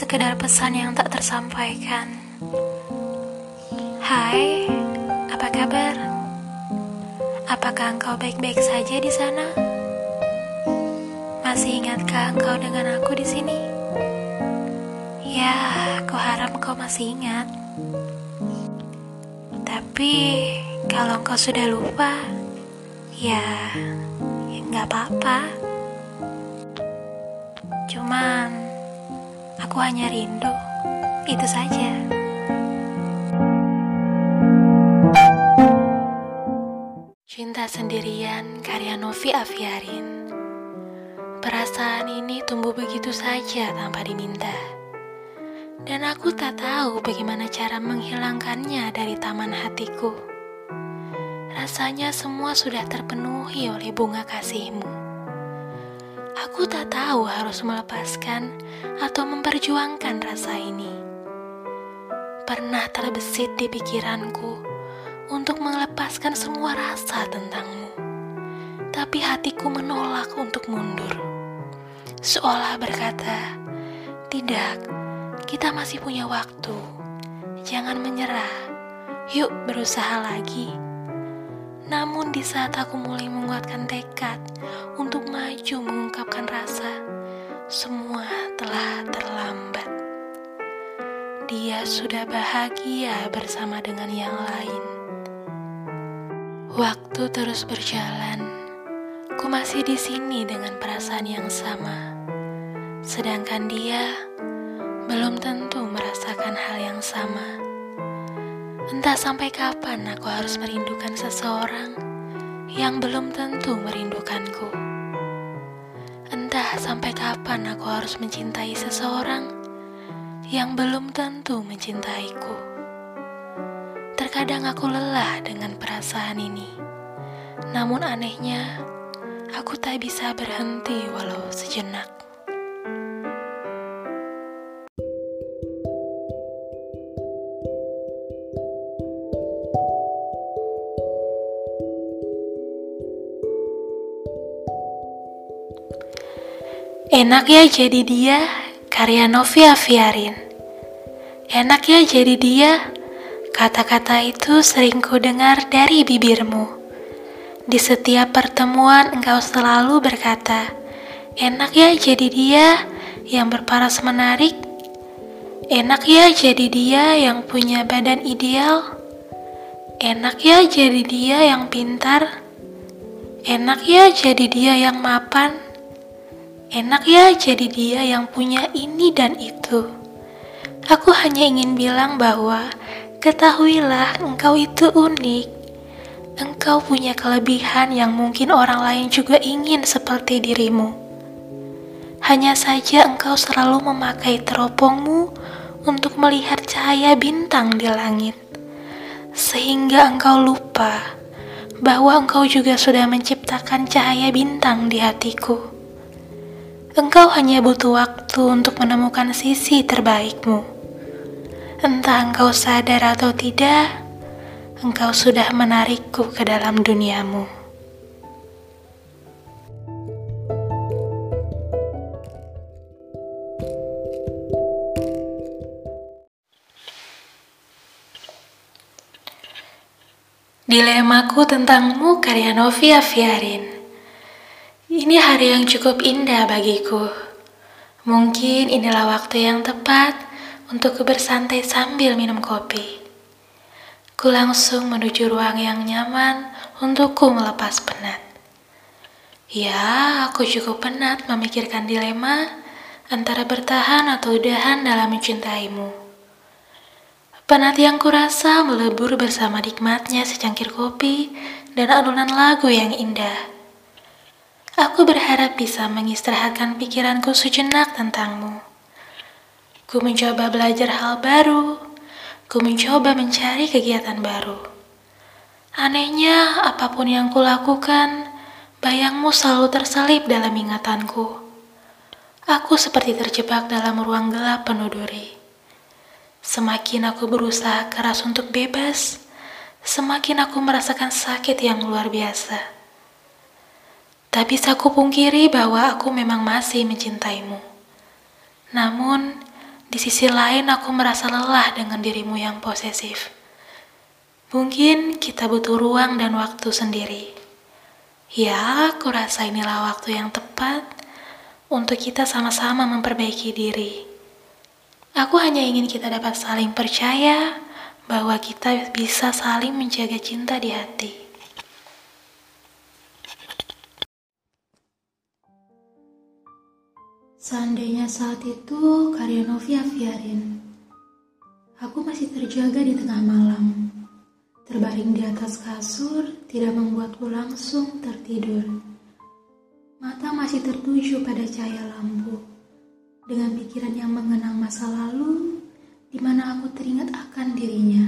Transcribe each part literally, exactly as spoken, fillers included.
sekedar pesan yang tak tersampaikan. Hai, apa kabar? Apakah engkau baik-baik saja di sana? Masih ingatkah engkau dengan aku di sini? Ya, aku harap engkau masih ingat. Tapi kalau engkau sudah lupa, ya, ya nggak apa-apa. Cuman aku hanya rindu, itu saja. Cinta Sendirian karya Novi Afiarin. Perasaan ini tumbuh begitu saja tanpa diminta. Dan aku tak tahu bagaimana cara menghilangkannya dari taman hatiku. Rasanya semua sudah terpenuhi oleh bunga kasihmu. Aku tak tahu harus melepaskan atau memperjuangkan rasa ini. Pernah terbesit di pikiranku untuk melepaskan semua rasa tentangmu. Tapi hatiku menolak untuk mundur. Seolah berkata, tidak, kita masih punya waktu. Jangan menyerah, yuk berusaha lagi. Namun di saat aku mulai menguatkan tekad untuk maju mengungkapkan rasa, semua telah terlambat. Dia sudah bahagia bersama dengan yang lain. Waktu terus berjalan, ku masih di sini dengan perasaan yang sama. Sedangkan dia belum tentu merasakan hal yang sama. Entah sampai kapan aku harus merindukan seseorang yang belum tentu merindukanku. Entah sampai kapan aku harus mencintai seseorang yang belum tentu mencintaiku. Terkadang aku lelah dengan perasaan ini. Namun anehnya, aku tak bisa berhenti walau sejenak. Enak ya jadi dia, karya Novi Afiarin. Enak ya jadi dia, kata-kata itu sering ku dengar dari bibirmu. Di setiap pertemuan engkau selalu berkata, enak ya jadi dia yang berparas menarik. Enak ya jadi dia yang punya badan ideal. Enak ya jadi dia yang pintar. Enak ya jadi dia yang mapan. Enak ya jadi dia yang punya ini dan itu. Aku hanya ingin bilang bahwa ketahuilah engkau itu unik. Engkau punya kelebihan yang mungkin orang lain juga ingin seperti dirimu. Hanya saja engkau selalu memakai teropongmu untuk melihat cahaya bintang di langit. Sehingga engkau lupa bahwa engkau juga sudah menciptakan cahaya bintang di hatiku. Engkau hanya butuh waktu untuk menemukan sisi terbaikmu. Entah engkau sadar atau tidak, engkau sudah menarikku ke dalam duniamu. Dilemaku tentangmu karya Novi Afiarin. Ini hari yang cukup indah bagiku. Mungkin inilah waktu yang tepat untuk bersantai sambil minum kopi. Ku langsung menuju ruang yang nyaman untukku melepas penat. Ya, aku cukup penat memikirkan dilema antara bertahan atau udahan dalam mencintaimu. Penat yang kurasa melebur bersama nikmatnya secangkir kopi dan alunan lagu yang indah. Aku berharap bisa mengistirahatkan pikiranku sejenak tentangmu. Ku mencoba belajar hal baru. Ku mencoba mencari kegiatan baru. Anehnya, apapun yang kulakukan, bayangmu selalu terselip dalam ingatanku. Aku seperti terjebak dalam ruang gelap penuh duri. Semakin aku berusaha keras untuk bebas, semakin aku merasakan sakit yang luar biasa. Tak bisa kupungkiri bahwa aku memang masih mencintaimu. Namun, Di sisi lain aku merasa lelah dengan dirimu yang posesif. Mungkin kita butuh ruang dan waktu sendiri. Ya, aku rasa inilah waktu yang tepat untuk kita sama-sama memperbaiki diri. Aku hanya ingin kita dapat saling percaya bahwa kita bisa saling menjaga cinta di hati. Seandainya saat itu karya Novia Afiarin. Aku masih terjaga di tengah malam. Terbaring di atas kasur tidak membuatku langsung tertidur. Mata masih tertuju pada cahaya lampu. Dengan pikiran yang mengenang masa lalu, di mana aku teringat akan dirinya.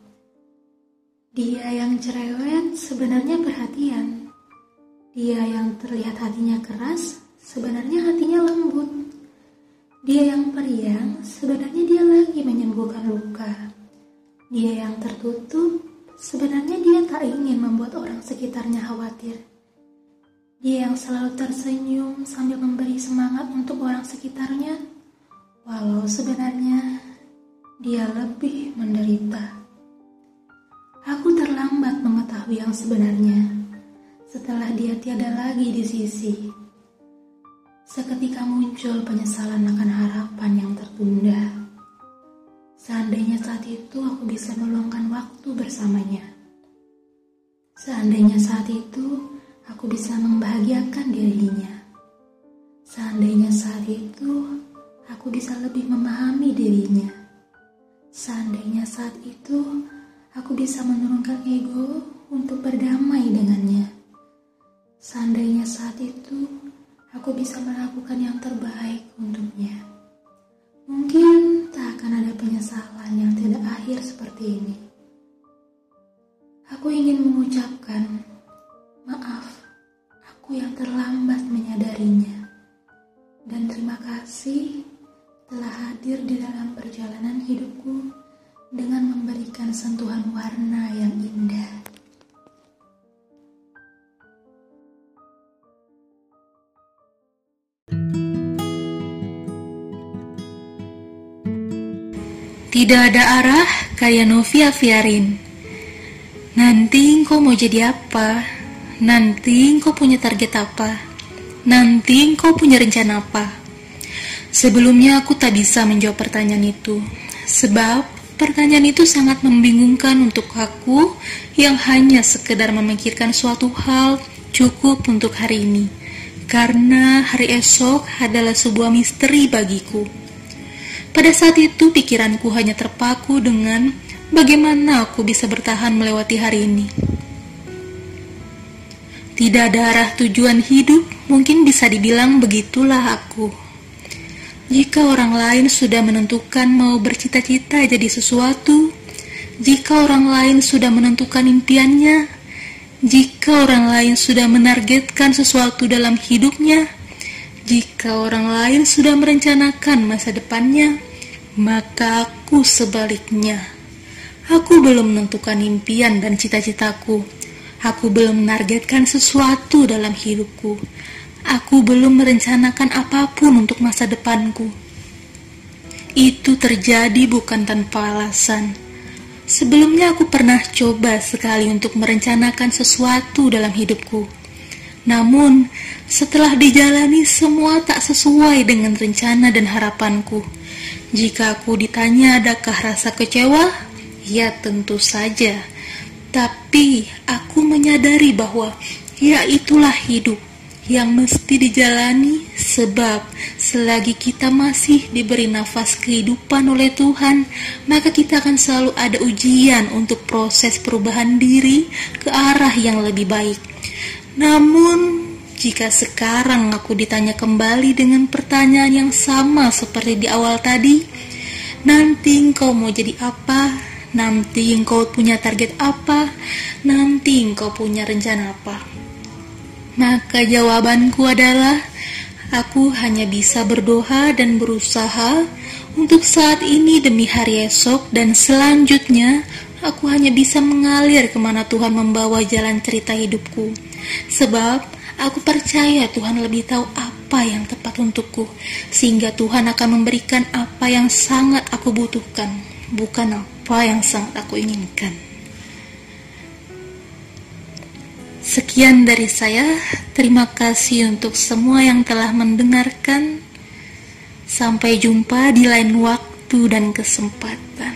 Dia yang cerewet sebenarnya perhatian. Dia yang terlihat hatinya keras, sebenarnya hatinya lembut. Dia yang periang, sebenarnya dia lagi menyembuhkan luka. Dia yang tertutup, sebenarnya dia tak ingin membuat orang sekitarnya khawatir. Dia yang selalu tersenyum sambil memberi semangat untuk orang sekitarnya, walau sebenarnya dia lebih menderita. Aku terlambat mengetahui yang sebenarnya setelah dia tiada lagi di sisi. Seketika muncul penyesalan akan harapan yang tertunda. Seandainya saat itu aku bisa meluangkan waktu bersamanya. Seandainya saat itu aku bisa membahagiakan dirinya. Seandainya saat itu aku bisa lebih memahami dirinya. Seandainya saat itu aku bisa menurunkan ego untuk berdamai dengannya. Seandainya saat itu aku bisa melakukan yang terbaik untuknya. Mungkin tak akan ada penyesalan yang tidak akhir seperti ini. Aku ingin mengucapkan, maaf, aku yang terlambat menyadarinya. Dan terima kasih telah hadir di dalam perjalanan hidupku dengan memberikan sentuhan warna yang indah. Tidak ada arah, karya Novia Afiarin. Nanti engkau mau jadi apa? Nanti engkau punya target apa? Nanti engkau punya rencana apa? Sebelumnya aku tak bisa menjawab pertanyaan itu, sebab pertanyaan itu sangat membingungkan untuk aku yang hanya sekedar memikirkan suatu hal cukup untuk hari ini, karena hari esok adalah sebuah misteri bagiku. Pada saat itu pikiranku hanya terpaku dengan bagaimana aku bisa bertahan melewati hari ini. Tidak ada arah tujuan hidup, mungkin bisa dibilang begitulah aku. Jika orang lain sudah menentukan mau bercita-cita jadi sesuatu, jika orang lain sudah menentukan impiannya, jika orang lain sudah menargetkan sesuatu dalam hidupnya, jika orang lain sudah merencanakan masa depannya, maka aku sebaliknya. Aku belum menentukan impian dan cita-citaku. Aku belum menargetkan sesuatu dalam hidupku. Aku belum merencanakan apapun untuk masa depanku. Itu terjadi bukan tanpa alasan. Sebelumnya aku pernah coba sekali untuk merencanakan sesuatu dalam hidupku. Namun, setelah dijalani semua tak sesuai dengan rencana dan harapanku. Jika aku ditanya adakah rasa kecewa, ya tentu saja. Tapi aku menyadari bahwa ya itulah hidup yang mesti dijalani, sebab selagi kita masih diberi nafas kehidupan oleh Tuhan, maka kita akan selalu ada ujian untuk proses perubahan diri ke arah yang lebih baik. Namun, jika sekarang aku ditanya kembali dengan pertanyaan yang sama seperti di awal tadi, nanti engkau mau jadi apa? Nanti engkau punya target apa? Nanti engkau punya rencana apa? Maka jawabanku adalah, aku hanya bisa berdoa dan berusaha untuk saat ini demi hari esok, dan selanjutnya aku hanya bisa mengalir kemana Tuhan membawa jalan cerita hidupku. Sebab aku percaya Tuhan lebih tahu apa apa yang tepat untukku, sehingga Tuhan akan memberikan apa yang sangat aku butuhkan, bukan apa yang sangat aku inginkan. Sekian dari saya, terima kasih untuk semua yang telah mendengarkan. Sampai jumpa di lain waktu dan kesempatan.